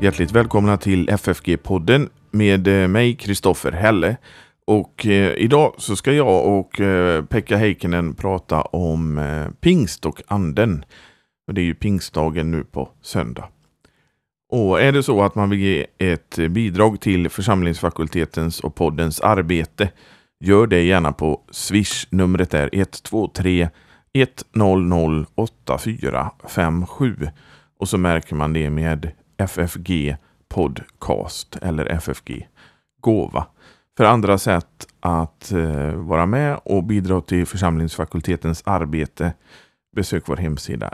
Hjärtligt välkomna till FFG-podden med mig, Kristoffer Helle. Och idag så ska jag och Pekka Heikkinen prata om pingst och anden. Och det är ju pingstdagen nu på söndag. Och är det så att man vill ge ett bidrag till församlingsfakultetens och poddens arbete, gör det gärna på Swish. Numret är 123 100 8457. Och så märker man det med FFG podcast eller FFG gåva. För andra sätt att vara med och bidra till församlingsfakultetens arbete, besök vår hemsida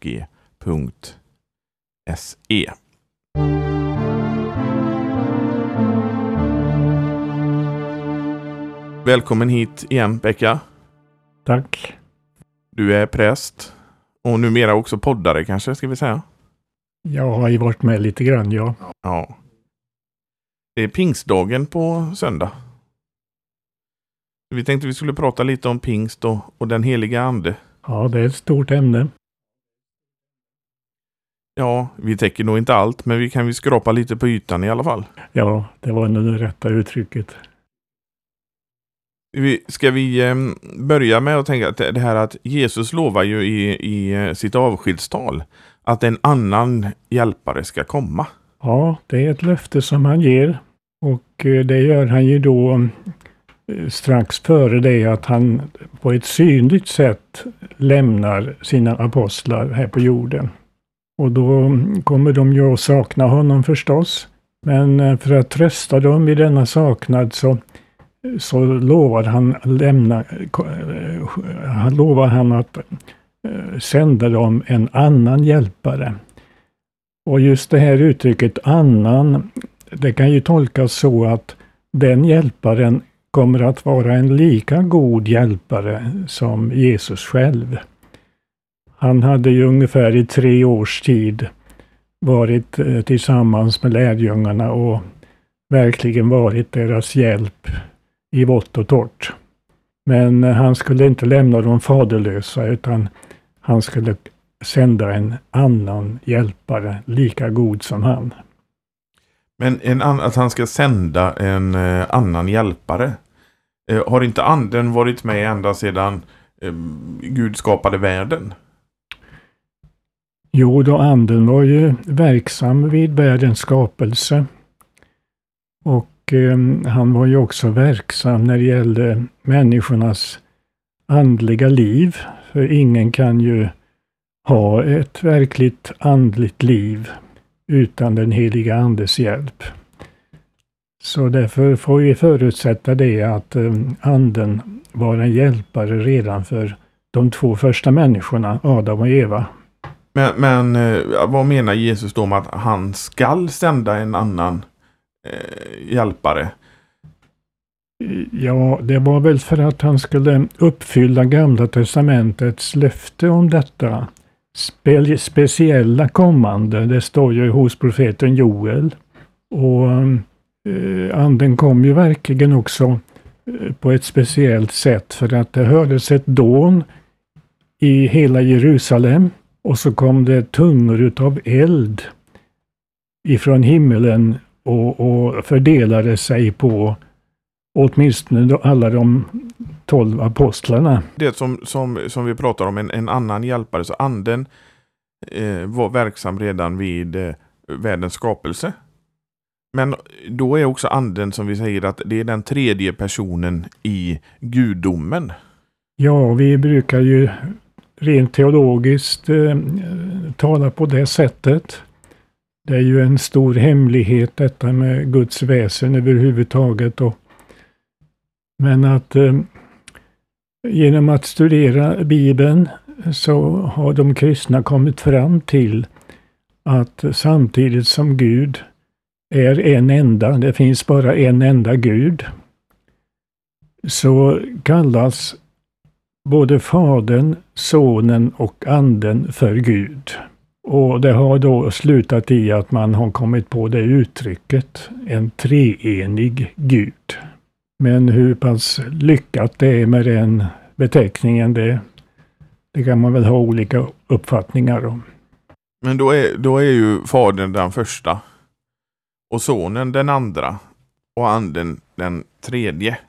ffg.se. Välkommen hit igen, Pekka. Tack. Du är präst och numera också poddare kanske, ska vi säga. Jag har ju varit med lite grann, ja. Ja. Det är pingstdagen på söndag. Vi tänkte vi skulle prata lite om pingst och den heliga ande. Ja, det är ett stort ämne. Ja, vi täcker nog inte allt, men vi kan ju skrapa lite på ytan i alla fall. Ja, det var nog det rätta uttrycket. Ska vi börja med att tänka att det här att Jesus lovar ju i sitt avskedstal att en annan hjälpare ska komma. Ja, det är ett löfte som han ger. Och det gör han ju då strax före det att han på ett synligt sätt lämnar sina apostlar här på jorden. Och då kommer de ju att sakna honom förstås. Men för att trösta dem i denna saknad så lovar han att sända dem en annan hjälpare. Och just det här uttrycket annan, det kan ju tolkas så att den hjälparen kommer att vara en lika god hjälpare som Jesus själv. Han hade ju ungefär i 3 års tid varit tillsammans med lärjungarna och verkligen varit deras hjälp i vått och torrt. Men han skulle inte lämna dem faderlösa, utan han skulle sända en annan hjälpare lika god som han. Men att han ska sända en annan hjälpare. Har inte anden varit med ända sedan Gud skapade världen? Jo, då anden var ju verksam vid världens skapelse. Och han var ju också verksam när det gällde människornas andliga liv. För ingen kan ju ha ett verkligt andligt liv utan den heliga andes hjälp. Så därför får vi förutsätta det att anden var en hjälpare redan för de 2 första människorna, Adam och Eva. Men vad menar Jesus då med att han skall sända en annan hjälpare? Ja, det var väl för att han skulle uppfylla Gamla testamentets löfte om detta speciella kommande. Det står ju hos profeten Joel. Och anden kom ju verkligen också på ett speciellt sätt, för att det hördes ett dån i hela Jerusalem och så kom det tungor utav eld ifrån himmelen och fördelade sig på åtminstone alla de 12 apostlarna. Det som vi pratar om, en annan hjälpare, så anden var verksam redan vid världens skapelse. Men då är också anden, som vi säger, att det är den 3:e personen i gudomen. Ja, vi brukar ju rent teologiskt tala på det sättet. Det är ju en stor hemlighet detta med Guds väsen överhuvudtaget. Men att genom att studera Bibeln så har de kristna kommit fram till att samtidigt som Gud är en enda, det finns bara en enda Gud, så kallas både Fadern, Sonen och Anden för Gud. Och det har då slutat i att man har kommit på det uttrycket, en treenig Gud. Men hur pass lyckat det är med den beteckningen, det kan man väl ha olika uppfattningar om. Men då är ju Fadern den första. och sonen den andra och anden den tredje.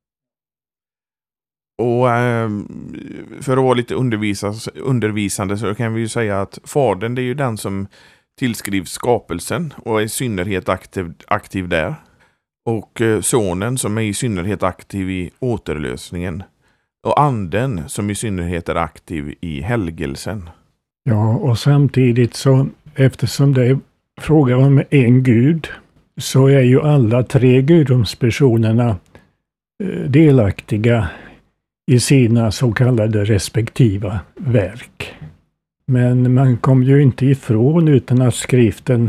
Och för att vara lite undervisande så kan vi ju säga att fadern, det är ju den som tillskrivs skapelsen och är i synnerhet aktiv där. Och sonen som är i synnerhet aktiv i återlösningen. Och anden som i synnerhet är aktiv i helgelsen. Ja, och samtidigt så, eftersom det är fråga om en gud, så är ju alla tre gudomspersonerna delaktiga i sina så kallade respektiva verk. Men man kommer ju inte ifrån utan att skriften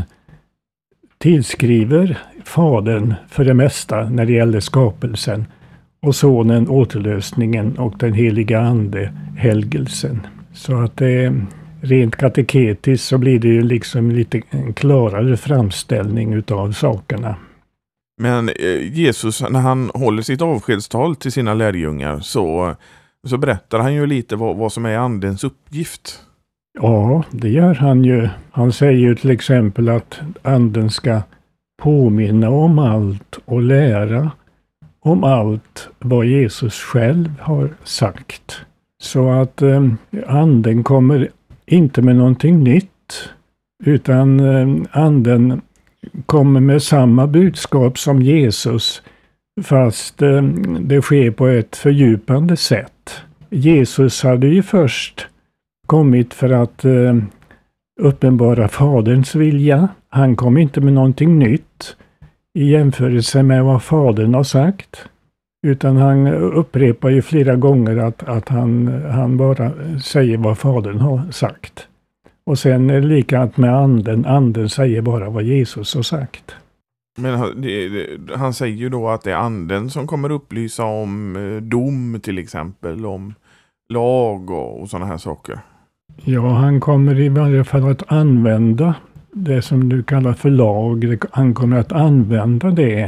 tillskriver fadern för det mesta när det gäller skapelsen och sonen återlösningen och den heliga ande helgelsen. Så att rent kateketiskt så blir det ju liksom lite en klarare framställning utav sakerna. Men Jesus, när han håller sitt avskedstal till sina lärjungar så berättar han ju lite vad som är andens uppgift. Ja, det gör han ju. Han säger ju till exempel att anden ska påminna om allt och lära om allt vad Jesus själv har sagt. Så att anden kommer inte med någonting nytt, utan anden kommer med samma budskap som Jesus, fast det sker på ett fördjupande sätt. Jesus hade ju först kommit för att uppenbara faderns vilja. Han kom inte med någonting nytt i jämförelse med vad fadern har sagt. Utan han upprepar ju flera gånger att han bara säger vad fadern har sagt. Och sen är det likadant med anden. Anden säger bara vad Jesus har sagt. Men han säger ju då att det är anden som kommer upplysa om dom till exempel, om lag och sådana här saker. Ja, han kommer i varje fall att använda det som du kallar för lag. Han kommer att använda det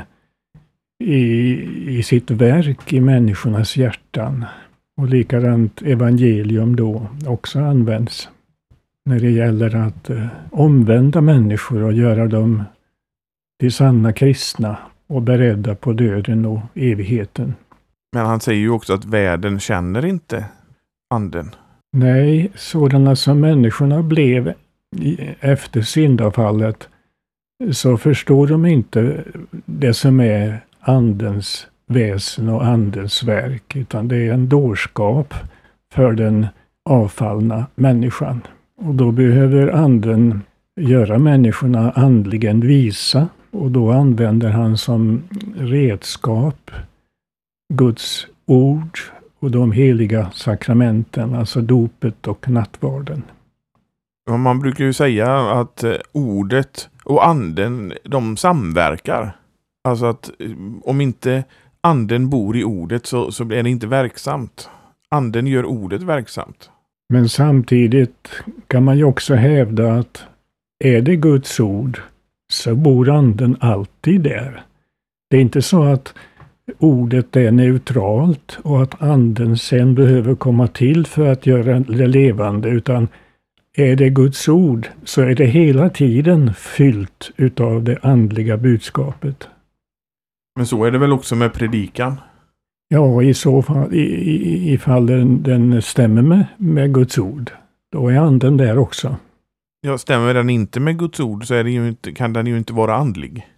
i sitt verk i människornas hjärtan. Och likadant evangelium då också används när det gäller att omvända människor och göra dem till sanna kristna och beredda på döden och evigheten. Men han säger ju också att världen känner inte anden. Nej, sådana som människorna blev efter syndafallet, så förstår de inte det som är andens väsen och andens verk, utan det är en dårskap för den avfallna människan. Och då behöver anden göra människorna andligen visa, och då använder han som redskap Guds ord och de heliga sakramenten, alltså dopet och nattvarden. Man brukar ju säga att ordet och anden, de samverkar. Alltså att om inte anden bor i ordet så blir det inte verksamt. Anden gör ordet verksamt. Men samtidigt kan man ju också hävda att är det Guds ord så bor anden alltid där. Det är inte så att ordet är neutralt och att anden sen behöver komma till för att göra det levande, utan är det Guds ord så är det hela tiden fyllt utav det andliga budskapet. Men så är det väl också med predikan? Ja, i så fall, ifall den stämmer med Guds ord, då är anden där också. Ja, stämmer den inte med Guds ord så är det ju inte, kan den ju inte vara andlig.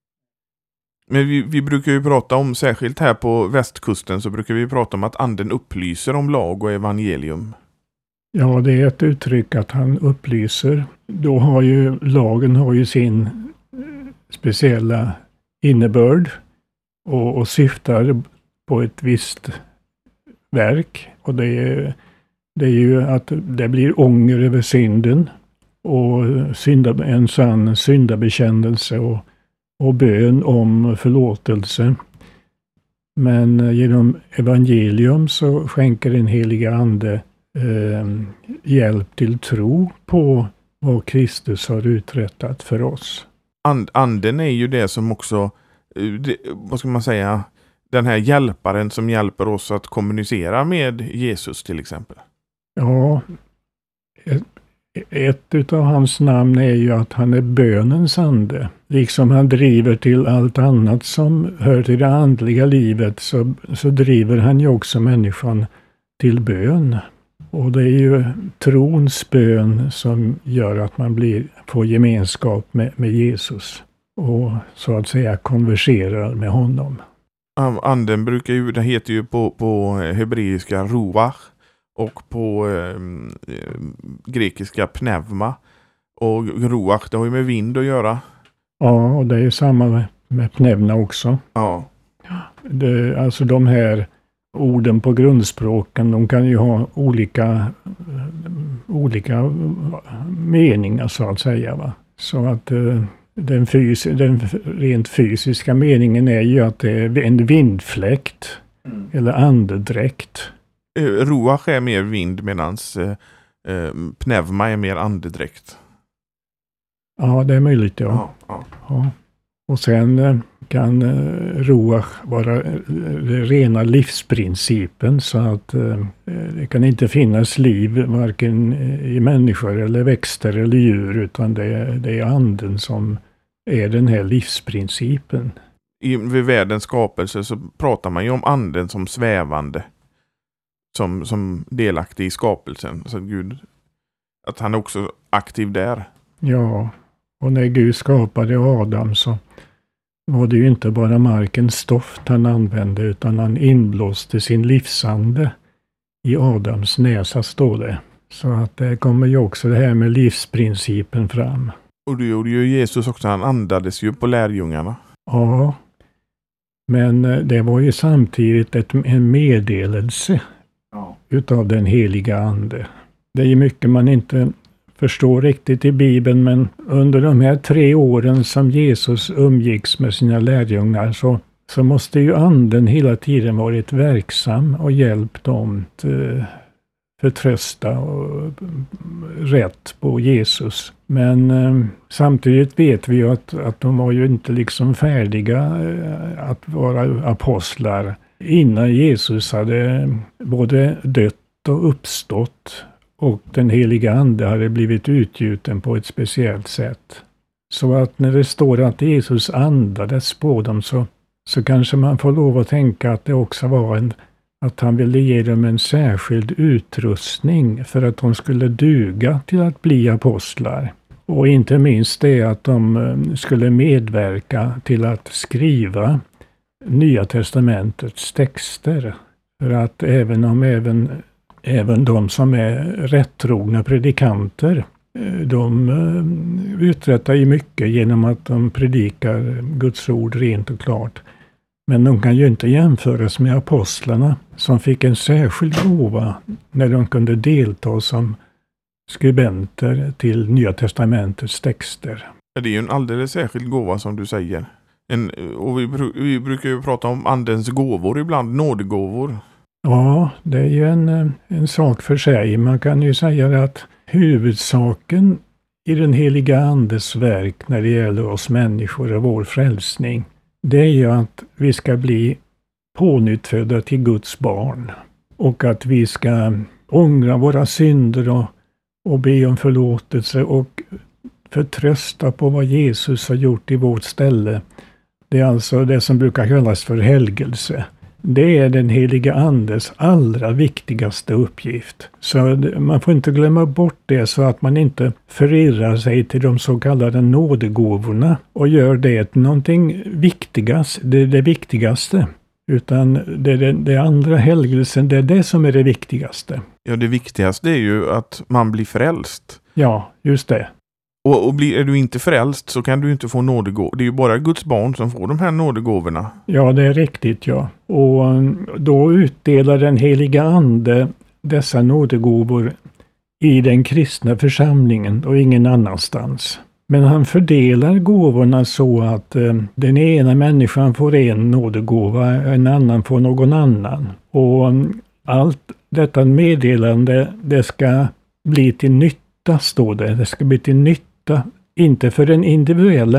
Men vi brukar ju prata om, särskilt här på västkusten, så brukar vi prata om att anden upplyser om lag och evangelium. Ja, det är ett uttryck att han upplyser. Då har ju lagen sin speciella innebörd och syftar på ett visst verk. Och det är ju att det blir ånger över synden och en sann syndabekännelse och bön om förlåtelse. Men genom evangelium så skänker den heliga ande hjälp till tro på vad Kristus har uträttat för oss. Anden är ju det som också, vad ska man säga, den här hjälparen som hjälper oss att kommunicera med Jesus till exempel. Ja, ett utav hans namn är ju att han är bönens ande. liksom han driver till allt annat som hör till det andliga livet, så driver han ju också människan till bön. Och det är ju trons bön som gör att man får gemenskap med Jesus och så att säga konverserar med honom. Anden det heter ju på hebreiska ruach och på grekiska pneuma. Och ruach, det har ju med vind att göra. Ja, och det är samma med pneuma också. Ja. Alltså de här orden på grundspråken, de kan ju ha olika meningar så att säga. Va? Så att den rent fysiska meningen är ju att det är en vindfläkt eller andedräkt. Ruach är mer vind medan pneuma är mer andedräkt. Ja, det är möjligt, ja. Och sen kan ruach vara rena livsprincipen, så att det kan inte finnas liv varken i människor eller växter eller djur, utan det är anden som är den här livsprincipen. Vid världens skapelse så pratar man ju om anden som svävande, som delaktig i skapelsen. Så Gud, att han är också aktiv där. Ja, och när Gud skapade Adam så var det ju inte bara markens stoft han använde, utan han inblåste sin livsande i Adams näsa, står det. Så att det kommer ju också det här med livsprincipen fram. Och det gjorde ju Jesus också, han andades ju på lärjungarna. Ja, men det var ju samtidigt en meddelelse utav den heliga ande. Det är ju mycket man inte förstår riktigt i Bibeln, men under de här 3 åren som Jesus umgicks med sina lärjungar så måste ju anden hela tiden varit verksam och hjälpt dem att förtrösta och rätt på Jesus. Men samtidigt vet vi ju att de var ju inte liksom färdiga att vara apostlar innan Jesus hade både dött och uppstått. Och den heliga ande hade blivit utgjuten på ett speciellt sätt. Så att när det står att Jesus andades på dem så kanske man får lov att tänka att det också var att han ville ge dem en särskild utrustning för att de skulle duga till att bli apostlar. Och inte minst det att de skulle medverka till att skriva Nya testamentets texter. För att även de som är rättrogna predikanter, de uträttar ju mycket genom att de predikar Guds ord rent och klart. Men de kan ju inte jämföras med apostlarna som fick en särskild gåva när de kunde delta som skribenter till Nya testamentets texter. Det är ju en alldeles särskild gåva som du säger. Och vi brukar ju prata om andens gåvor ibland, nådegåvor. Ja, det är ju en sak för sig. Man kan ju säga att huvudsaken i den heliga andes verk när det gäller oss människor och vår frälsning, det är ju att vi ska bli pånyttfödda till Guds barn. Och att vi ska ångra våra synder och be om förlåtelse och förtrösta på vad Jesus har gjort i vårt ställe. Det är alltså det som brukar kallas för helgelse. Det är den heliga andes allra viktigaste uppgift. Så man får inte glömma bort det, så att man inte förirrar sig till de så kallade nådegåvorna och gör det till någonting viktigast, det viktigaste. Utan det andra helgelsen, det är det som är det viktigaste. Ja, det viktigaste är ju att man blir frälst. Ja, just det. Och är du inte frälst så kan du inte få nådegåvor. Det är ju bara Guds barn som får de här nådegåvorna. Ja, det är riktigt, ja. Och då utdelar den heliga ande dessa nådegåvor i den kristna församlingen och ingen annanstans. Men han fördelar gåvorna så att den ena människan får en nådegåva, en annan får någon annan. Och allt detta meddelande, det ska bli till nytta, står det. Det ska bli till nytta, inte för den individuella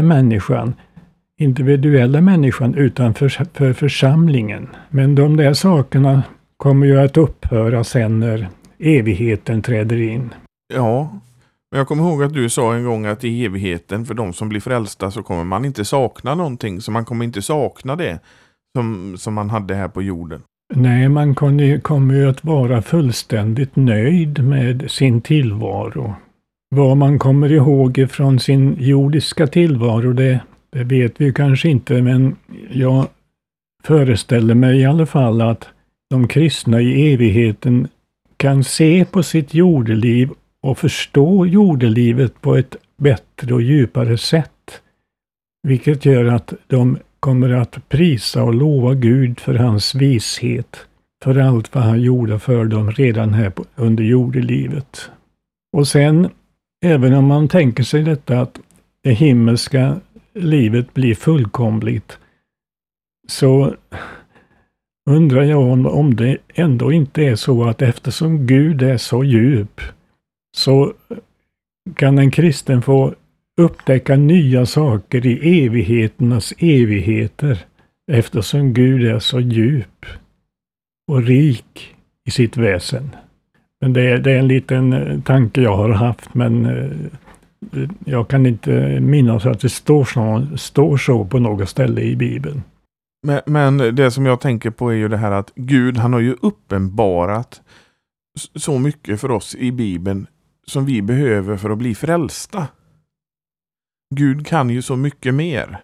människan utan för församlingen. Men de där sakerna kommer ju att upphöra sen när evigheten träder in. Ja, Men jag kommer ihåg att du sa en gång att i evigheten för de som blir frälsta så kommer man inte sakna någonting. Så man kommer inte sakna det som man hade här på jorden. Nej, man kommer ju att vara fullständigt nöjd med sin tillvaro. Vad man kommer ihåg från sin jordiska tillvaro, det vet vi kanske inte, men jag föreställer mig i alla fall att de kristna i evigheten kan se på sitt jordeliv och förstå jordelivet på ett bättre och djupare sätt. Vilket gör att de kommer att prisa och lova Gud för hans vishet, för allt vad han gjorde för dem redan här under jordelivet. Och sen, även om man tänker sig detta att det himmelska livet blir fullkomligt, så undrar jag om det ändå inte är så att eftersom Gud är så djup, så kan en kristen få upptäcka nya saker i evigheternas evigheter, eftersom Gud är så djup och rik i sitt väsen. Men det är en liten tanke jag har haft, men jag kan inte minnas att det står så på något ställe i Bibeln. Men det som jag tänker på är ju det här att Gud, han har ju uppenbarat så mycket för oss i Bibeln som vi behöver för att bli frälsta. Gud kan ju så mycket mer.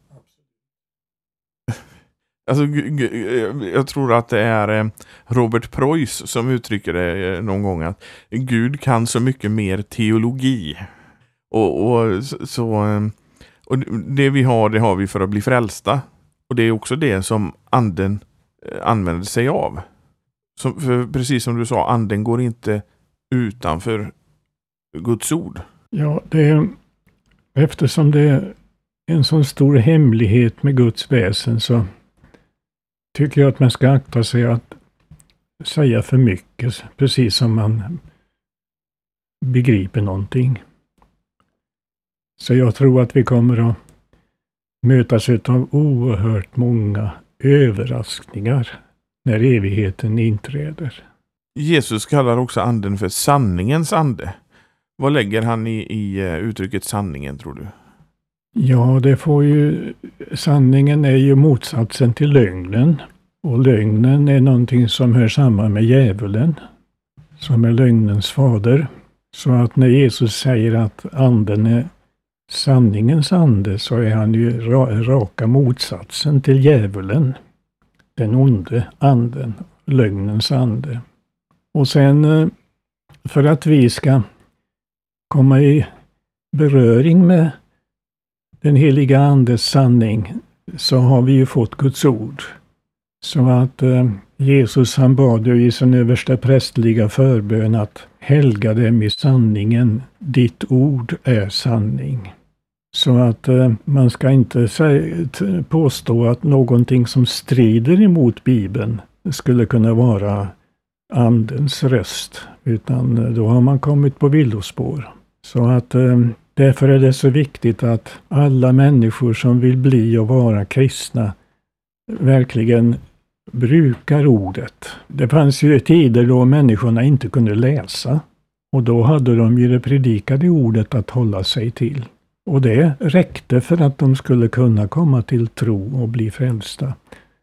Alltså, jag tror att det är Robert Preuss som uttrycker det någon gång, att Gud kan så mycket mer teologi. Och det vi har, det har vi för att bli frälsta. Och det är också det som anden använder sig av. För precis som du sa, anden går inte utanför Guds ord. Ja, eftersom det är en sån stor hemlighet med Guds väsen, så tycker jag att man ska akta sig att säga för mycket, precis som man begriper någonting. Så jag tror att vi kommer att mötas av oerhört många överraskningar när evigheten inträder. Jesus kallar också anden för sanningens ande. Vad lägger han i uttrycket sanningen, tror du? Ja, sanningen är ju motsatsen till lögnen. Och lögnen är någonting som hör samman med djävulen, som är lögnens fader. Så att när Jesus säger att anden är sanningens ande, så är han ju raka motsatsen till djävulen. Den onde anden, lögnens ande. Och sen för att vi ska komma i beröring med den heliga andes sanning, så har vi ju fått Guds ord. Så att Jesus, han bad ju i sin översta prästliga förbön att helga dem i sanningen, ditt ord är sanning. Så att man ska inte påstå att någonting som strider emot Bibeln skulle kunna vara andens röst, utan då har man kommit på villospår. Så att därför är det så viktigt att alla människor som vill bli och vara kristna verkligen brukar ordet. Det fanns ju tider då människorna inte kunde läsa, och då hade de ju det predikade ordet att hålla sig till. Och det räckte för att de skulle kunna komma till tro och bli frälsta.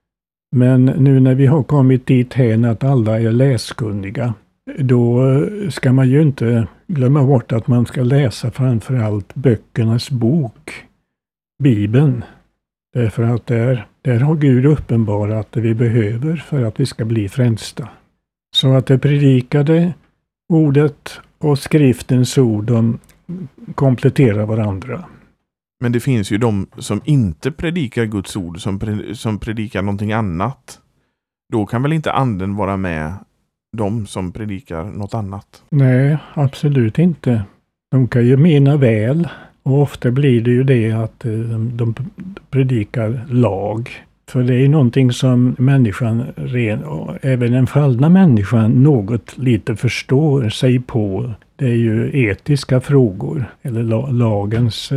Men nu när vi har kommit dit här att alla är läskunniga, då ska man ju inte glömma bort att man ska läsa framförallt böckernas bok, Bibeln. Därför att där har Gud uppenbarat det vi behöver för att vi ska bli frälsta. Så att det predikade ordet och skriftens ord, de kompletterar varandra. Men det finns ju de som inte predikar Guds ord, som predikar någonting annat. Då kan väl inte anden vara med de som predikar något annat? Nej, absolut inte. De kan ju mena väl, och ofta blir det ju det att de predikar lag. För det är någonting som människan, även den fallna människan, något lite förstår sig på. Det är ju etiska frågor, eller lagens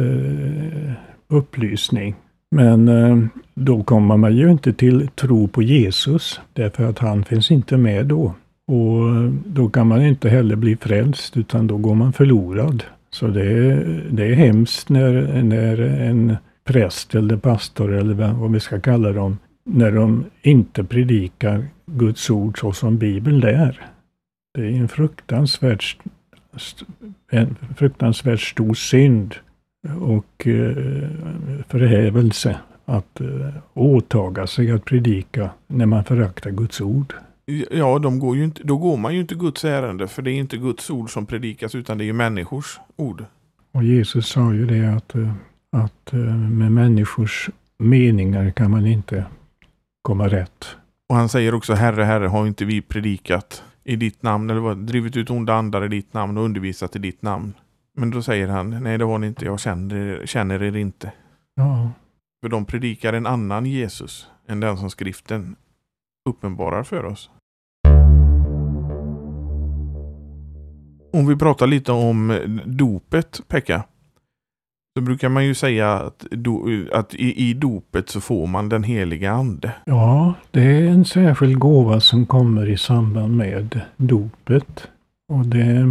upplysning. Men då kommer man ju inte till tro på Jesus, därför att han finns inte med då. Och då kan man inte heller bli frälst, utan då går man förlorad. Så det är hemskt när en präst eller pastor eller vad vi ska kalla dem, när de inte predikar Guds ord så som Bibeln lär. Det är en fruktansvärt stor synd och förhävelse att åtaga sig att predika när man föraktar Guds ord. Ja, då går man ju inte Guds ärende, för det är inte Guds ord som predikas, utan det är ju människors ord. Och Jesus sa ju det att med människors meningar kan man inte komma rätt. Och han säger också, Herre, Herre, har inte vi predikat i ditt namn, eller drivit ut onda andar i ditt namn och undervisat i ditt namn? Men då säger han, nej det har ni inte, jag känner er inte. Ja. För de predikar en annan Jesus än den som skriften uppenbarar för oss. Om vi pratar lite om dopet, Pekka, så brukar man ju säga att i dopet så får man den heliga ande. Ja, det är en särskild gåva som kommer i samband med dopet. Och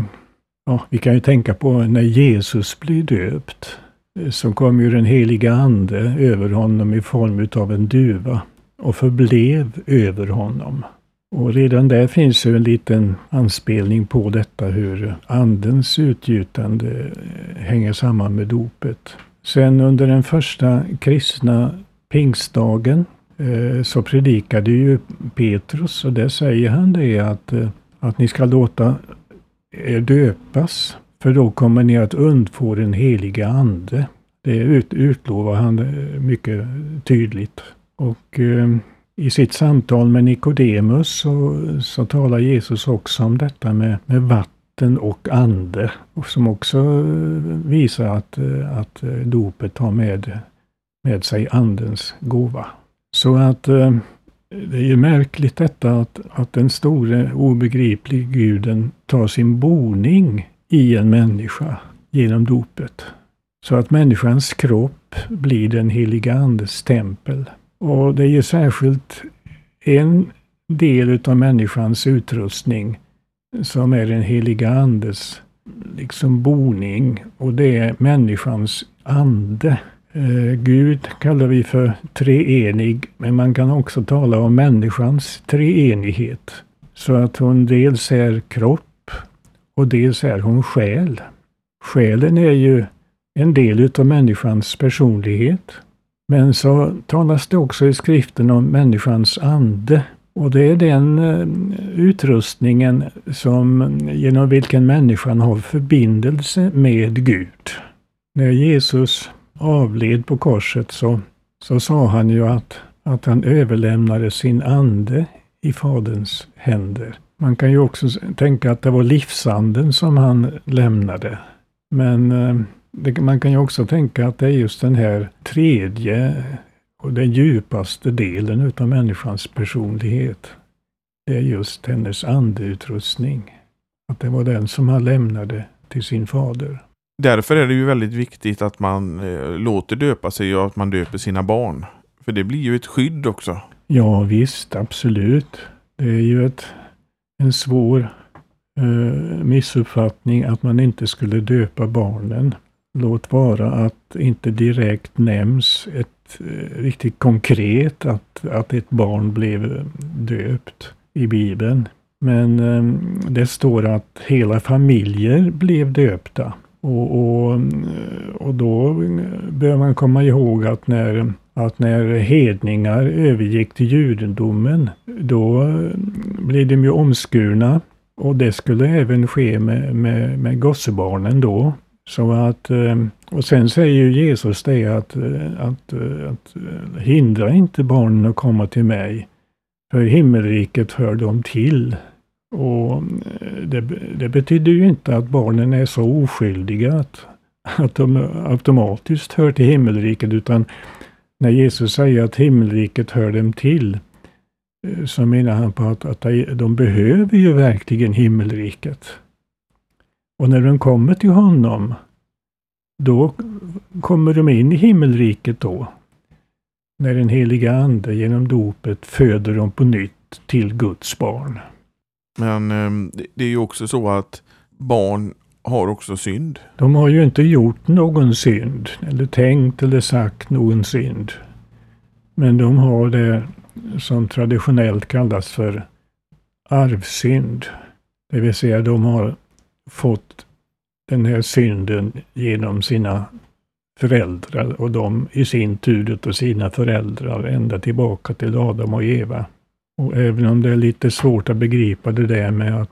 vi kan ju tänka på när Jesus blir döpt, så kom ju den heliga ande över honom i form av en duva och förblev över honom. Och redan där finns ju en liten anspelning på detta, hur andens utgjutande hänger samman med dopet. Sen under den första kristna pingstdagen så predikade ju Petrus, och där säger han det att ni ska låta er döpas, för då kommer ni att undfå den heliga ande. Det utlovar han mycket tydligt. Och i sitt samtal med Nikodemus så talar Jesus också om detta med vatten och ande. Och som också visar att dopet har med sig andens gåva. Så att det är ju märkligt detta att den store obegripliga guden tar sin boning i en människa genom dopet. Så att människans kropp blir den heliga andes tempel. Och det är ju särskilt en del av människans utrustning som är den heliga andes boning, och det är människans ande. Gud kallar vi för treenig, men man kan också tala om människans treenighet. Så att hon dels är kropp och dels är hon själ. Själen är ju en del av människans personlighet. Men så talas det också i skriften om människans ande. Och det är den utrustningen genom vilken människan har förbindelse med Gud. När Jesus avled på korset så sa han ju att han överlämnade sin ande i Faderns händer. Man kan ju också tänka att det var livsanden som han lämnade. Men man kan ju också tänka att det är just den här tredje och den djupaste delen av människans personlighet. Det är just hennes andeutrustning. Att det var den som han lämnade till sin fader. Därför är det ju väldigt viktigt att man låter döpa sig och att man döper sina barn. För det blir ju ett skydd också. Ja visst, absolut. Det är ju en svår missuppfattning att man inte skulle döpa barnen. Låt vara att inte direkt nämns ett riktigt konkret att ett barn blev döpt i Bibeln. Men det står att hela familjer blev döpta. Och då bör man komma ihåg att när hedningar övergick till judendomen, då blev de ju omskurna. Och det skulle även ske med gossebarnen då. Så att, och sen säger ju Jesus det att hindra inte barnen att komma till mig, för himmelriket hör dem till. Och det betyder ju inte att barnen är så oskyldiga att de automatiskt hör till himmelriket, utan när Jesus säger att himmelriket hör dem till, så menar han på att de behöver ju verkligen himmelriket. Och när de kommer till honom, då kommer de in i himmelriket då. När den heliga ande genom dopet föder dem på nytt till Guds barn. Men det är ju också så att barn har också synd. De har ju inte gjort någon synd, eller tänkt eller sagt någon synd. Men de har det som traditionellt kallas för arvsynd. Det vill säga de har fått den här synden genom sina föräldrar och de i sin tur av sina föräldrar ända tillbaka till Adam och Eva. Och även om det är lite svårt att begripa det där med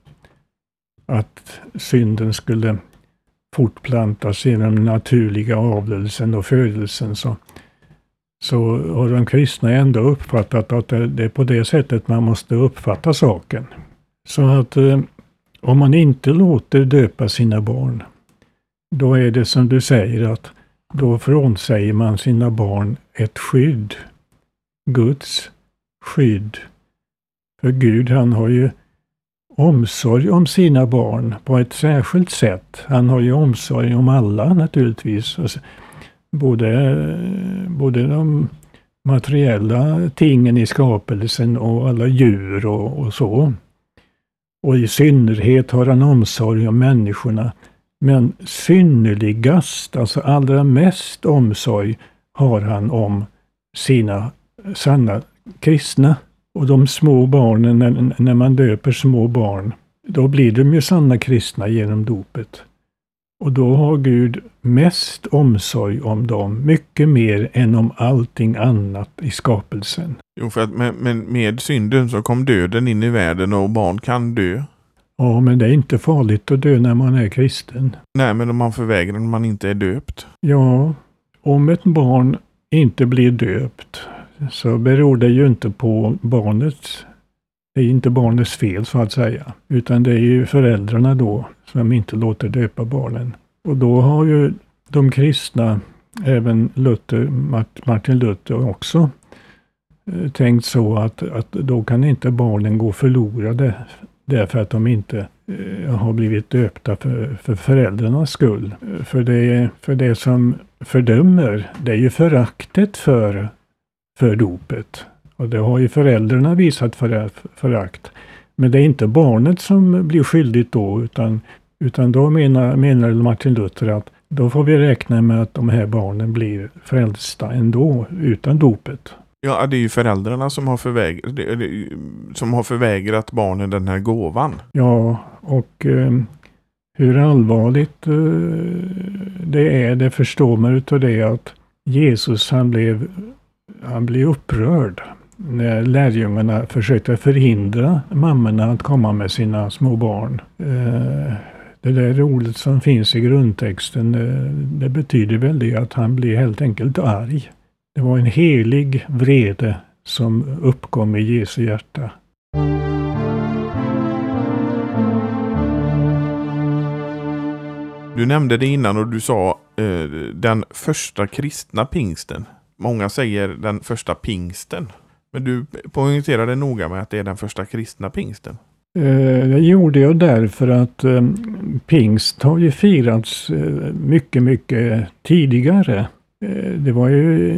att synden skulle fortplantas genom den naturliga avlelsen och födelsen så har de kristna ändå uppfattat att det är på det sättet man måste uppfatta saken. Så att om man inte låter döpa sina barn, då är det som du säger att då frånsäger man sina barn ett skydd. Guds skydd. För Gud, han har ju omsorg om sina barn på ett särskilt sätt. Han har ju omsorg om alla naturligtvis. Både de materiella tingen i skapelsen och alla djur och så. Och i synnerhet har han omsorg om människorna. Men synnerligast, alltså allra mest omsorg har han om sina sanna kristna. Och de små barnen, när man döper små barn, då blir de ju sanna kristna genom dopet. Och då har Gud mest omsorg om dem, mycket mer än om allting annat i skapelsen. Jo, för att med synden så kom döden in i världen och barn kan dö. Ja, men det är inte farligt att dö när man är kristen. Nej, men om man förvägrar när man inte är döpt. Ja, om ett barn inte blir döpt så beror det ju inte på barnet. Det är inte barnets fel så att säga. Utan det är ju föräldrarna då som inte låter döpa barnen. Och då har ju de kristna, även Martin Luther också, tänkt så att då kan inte barnen gå förlorade därför att de inte har blivit döpta för föräldrarnas skull. För det som fördömer, det är ju föraktet för dopet. Och det har ju föräldrarna visat förakt. Men det är inte barnet som blir skyldigt då, utan då menar Martin Luther att då får vi räkna med att de här barnen blir frälsta ändå, utan dopet. Ja, det är ju föräldrarna som har förvägrat barnen den här gåvan. Ja, och hur allvarligt det förstår man utav det att Jesus han blev upprörd när lärjungarna försökte förhindra mammorna att komma med sina små barn. Det där ordet som finns i grundtexten, det betyder väl det att han blev helt enkelt arg. Det var en helig vrede som uppkom i Jesu hjärta. Du nämnde det innan och du sa den första kristna pingsten. Många säger den första pingsten. Men du poängterade noga med att det är den första kristna pingsten. Det gjorde jag därför att pingst har ju firats mycket, mycket tidigare. Det var ju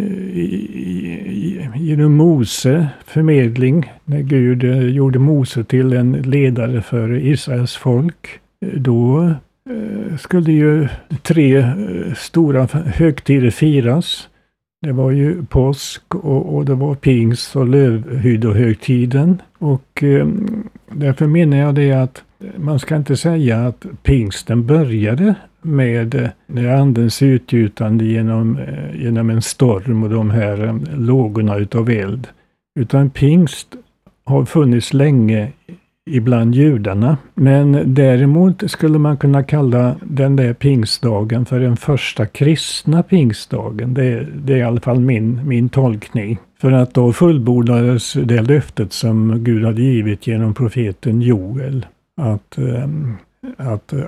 genom Mose förmedling, när Gud gjorde Mose till en ledare för Israels folk. Då skulle ju 3 stora högtider firas. Det var ju påsk och det var pingst och lövhyddohögtiden. Och därför menar jag det att man ska inte säga att pingsten började med andens utgjutande genom en storm och de här lågorna utav eld. Utan pingst har funnits länge ibland judarna. Men däremot skulle man kunna kalla den där pingstdagen för den första kristna pingstdagen. Det är i alla fall min tolkning. För att då fullbordades det löftet som Gud hade givit genom profeten Joel. Att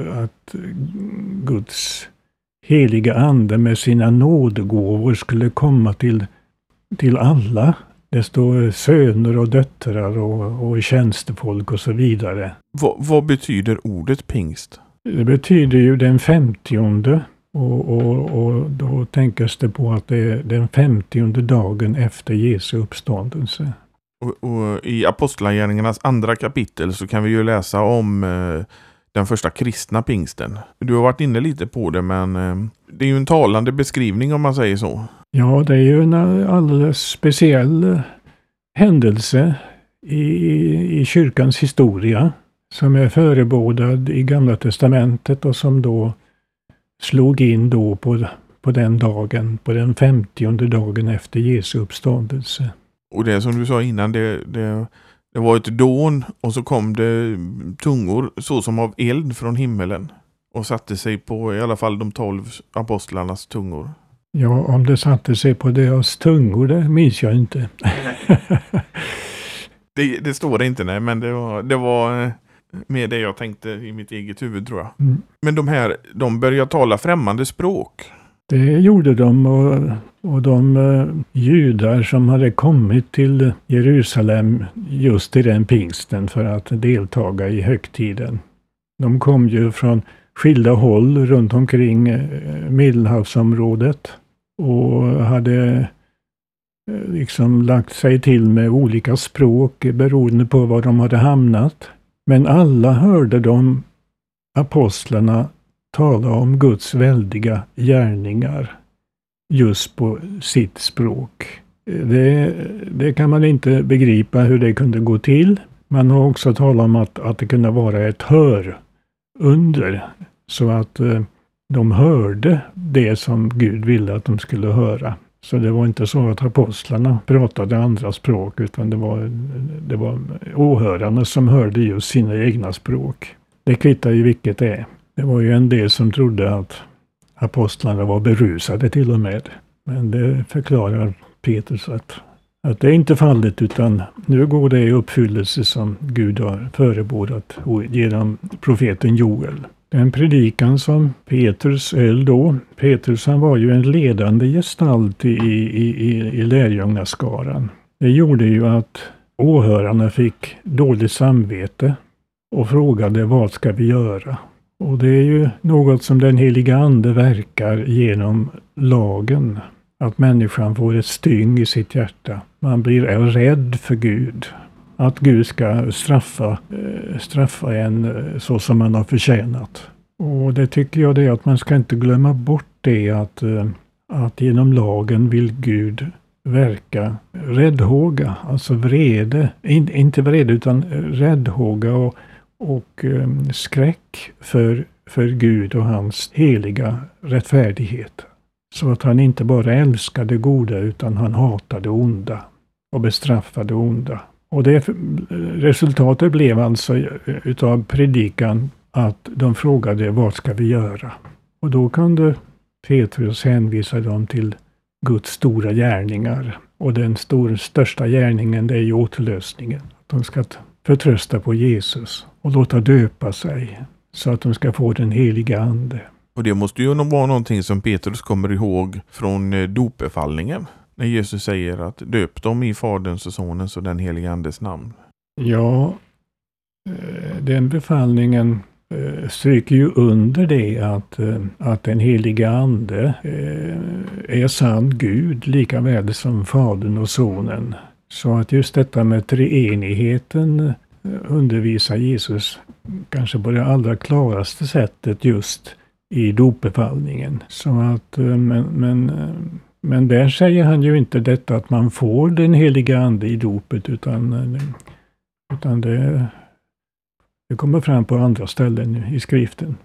Guds heliga ande med sina nådegåvor skulle komma till alla. Det står söner och döttrar och tjänstefolk och så vidare. Vad betyder ordet pingst? Det betyder ju den 50:e och då tänkas det på att det är den 50:e dagen efter Jesu uppståndelse. Och i Apostlagärningarnas 2 kapitel så kan vi ju läsa om den första kristna pingsten. Du har varit inne lite på det, men det är ju en talande beskrivning om man säger så. Ja, det är ju en alldeles speciell händelse i kyrkans historia som är förebådad i Gamla testamentet och som då slog in då på den dagen, på den 50:e dagen efter Jesu uppståndelse. Och det som du sa innan, det var ett dån och så kom det tungor så som av eld från himmelen och satte sig på i alla fall de 12 apostlarnas tungor. Ja, om det satte sig på deras tungor, det minns jag inte. Det står det inte, nej, men det var med det jag tänkte i mitt eget huvud, tror jag. Mm. Men de började tala främmande språk. Det gjorde de, och de judar som hade kommit till Jerusalem just i den pingsten för att deltaga i högtiden. De kom ju från skilda håll runt omkring Medelhavsområdet och hade liksom lagt sig till med olika språk beroende på var de hade hamnat. Men alla hörde de apostlarna tala om Guds väldiga gärningar just på sitt språk. Det kan man inte begripa hur det kunde gå till. Man har också talat om att det kunde vara ett hörunder, så att de hörde det som Gud ville att de skulle höra. Så det var inte så att apostlarna pratade andra språk, utan det var åhörarna som hörde just sina egna språk. Det kvittar ju vilket det är. Det var ju en del som trodde att apostlarna var berusade till och med. Men det förklarar Petrus att det är inte fallet, utan nu går det i uppfyllelse som Gud har förebådat genom profeten Joel. Den predikan som Petrus höll då, Petrus han var ju en ledande gestalt i lärjungaskaran. Det gjorde ju att åhörarna fick dåligt samvete och frågade vad ska vi göra? Och det är ju något som den heliga ande verkar genom lagen. Att människan får ett styng i sitt hjärta. Man blir rädd för Gud. Att Gud ska straffa en så som man har förtjänat. Och det tycker jag det är att man ska inte glömma bort det att genom lagen vill Gud verka räddhåga. Alltså vrede. Inte vrede utan räddhåga och skräck för Gud och hans heliga rättfärdighet. Så att han inte bara älskade det goda utan han hatade det onda och bestraffade det onda. Och resultatet blev alltså utav predikan att de frågade vad ska vi göra? Och då kunde Petrus hänvisa dem till Guds stora gärningar. Och den största gärningen det är ju återlösningen. De ska förtrösta på Jesus och låta döpa sig så att de ska få den heliga ande. Och det måste ju nog vara någonting som Petrus kommer ihåg från dopbefallningen. När Jesus säger att döp dem i Faderns och Sonens och den heliga andes namn. Ja, den befallningen stryker ju under det att den heliga ande är sann Gud lika väl som Fadern och Sonen. Så att just detta med treenigheten undervisar Jesus kanske på det allra klaraste sättet just i dopbefallningen. Så att, men där säger han ju inte detta att man får den heliga ande i dopet utan det kommer fram på andra ställen i skriften.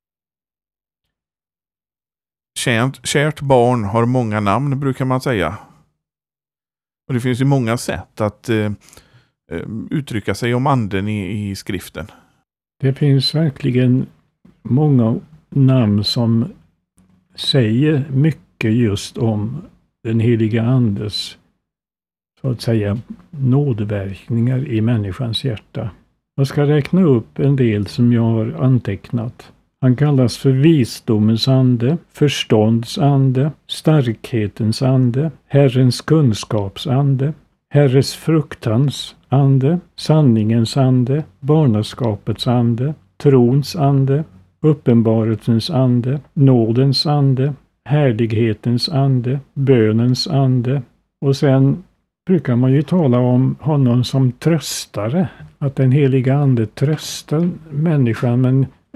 Kärt barn har många namn brukar man säga. Och det finns ju många sätt att uttrycka sig om anden i skriften. Det finns verkligen många namn som säger mycket just om den heliga andes, så att säga, nådverkningar i människans hjärta. Jag ska räkna upp en del som jag har antecknat. Han kallas för visdomens ande, förstånds ande, starkhetens ande, Herrens kunskapsande, Herres fruktans ande, sanningens ande, barnaskapets ande, trons ande, uppenbarelsens ande, nådens ande, härlighetens ande, bönens ande. Och sen brukar man ju tala om honom som tröstare. Att den heliga ande tröstar människan, men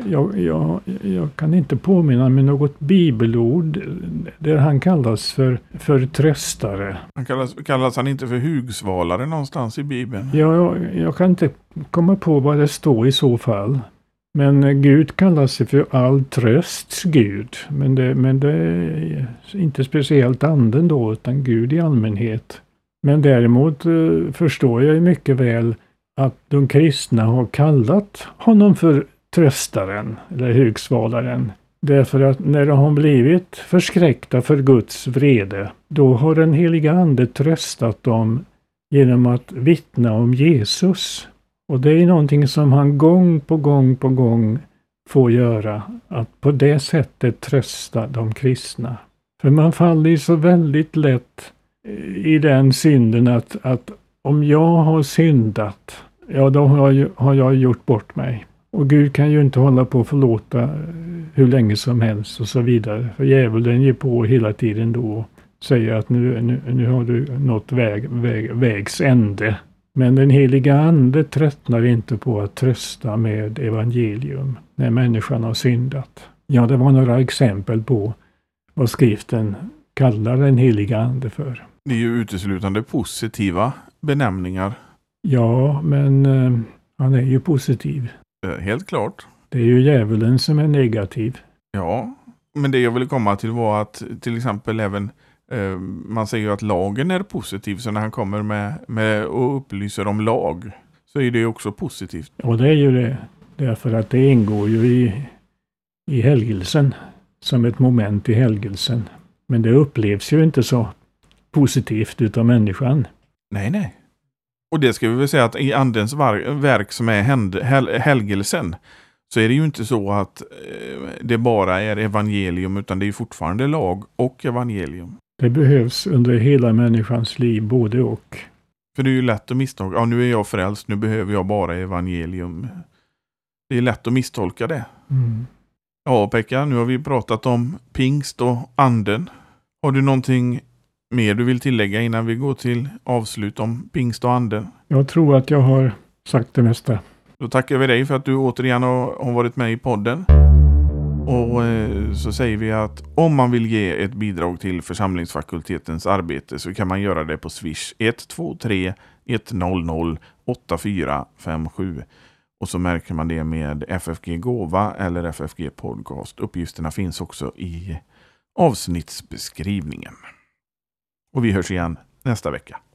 Jag kan inte påminna mig något bibelord där han kallas för tröstare. Kallas han inte för hugsvalare någonstans i Bibeln? Jag kan inte komma på vad det står i så fall. Men Gud kallas sig för all trösts Gud. Men det är inte speciellt anden då, utan Gud i allmänhet. Men däremot förstår jag ju mycket väl att de kristna har kallat honom för tröstaren eller hugsvalaren. Därför att när de har blivit förskräckta för Guds vrede, då har den heliga ande tröstat dem genom att vittna om Jesus. Och det är någonting som han gång på gång får göra, att på det sättet trösta de kristna. För man faller ju så väldigt lätt i den synden att om jag har syndat, ja då har jag gjort bort mig. Och Gud kan ju inte hålla på att förlåta hur länge som helst och så vidare. För djävulen ger på hela tiden då och säger att nu har du nått vägs ände. Men den heliga ande tröttnar inte på att trösta med evangelium när människan har syndat. Ja, det var några exempel på vad skriften kallar den heliga ande för. Det är ju uteslutande positiva benämningar. Ja, men han är ju positiv. Helt klart. Det är ju djävulen som är negativ. Ja, men det jag ville komma till var att till exempel även man säger ju att lagen är positiv, så när han kommer med och upplyser om lag så är det också positivt. Och det är ju det, därför att det ingår ju i helgelsen som ett moment i helgelsen. Men det upplevs ju inte så positivt utav människan. Nej. Och det ska vi väl säga att i andens verk som är helgelsen, så är det ju inte så att det bara är evangelium, utan det är fortfarande lag och evangelium. Det behövs under hela människans liv, både och. För det är ju lätt att misstolka. Ja, nu är jag frälst, nu behöver jag bara evangelium. Det är lätt att misstolka det. Mm. Ja, Pekka, nu har vi pratat om pingst och anden. Har du någonting mer du vill tillägga innan vi går till avslut om pingst och anden? Jag tror att jag har sagt det mesta. Då tackar vi dig för att du återigen har varit med i podden. Och så säger vi att om man vill ge ett bidrag till församlingsfakultetens arbete så kan man göra det på Swish 123 100 8457. Och så märker man det med FFG Gåva eller FFG Podcast. Uppgifterna finns också i avsnittsbeskrivningen. Och vi hörs igen nästa vecka.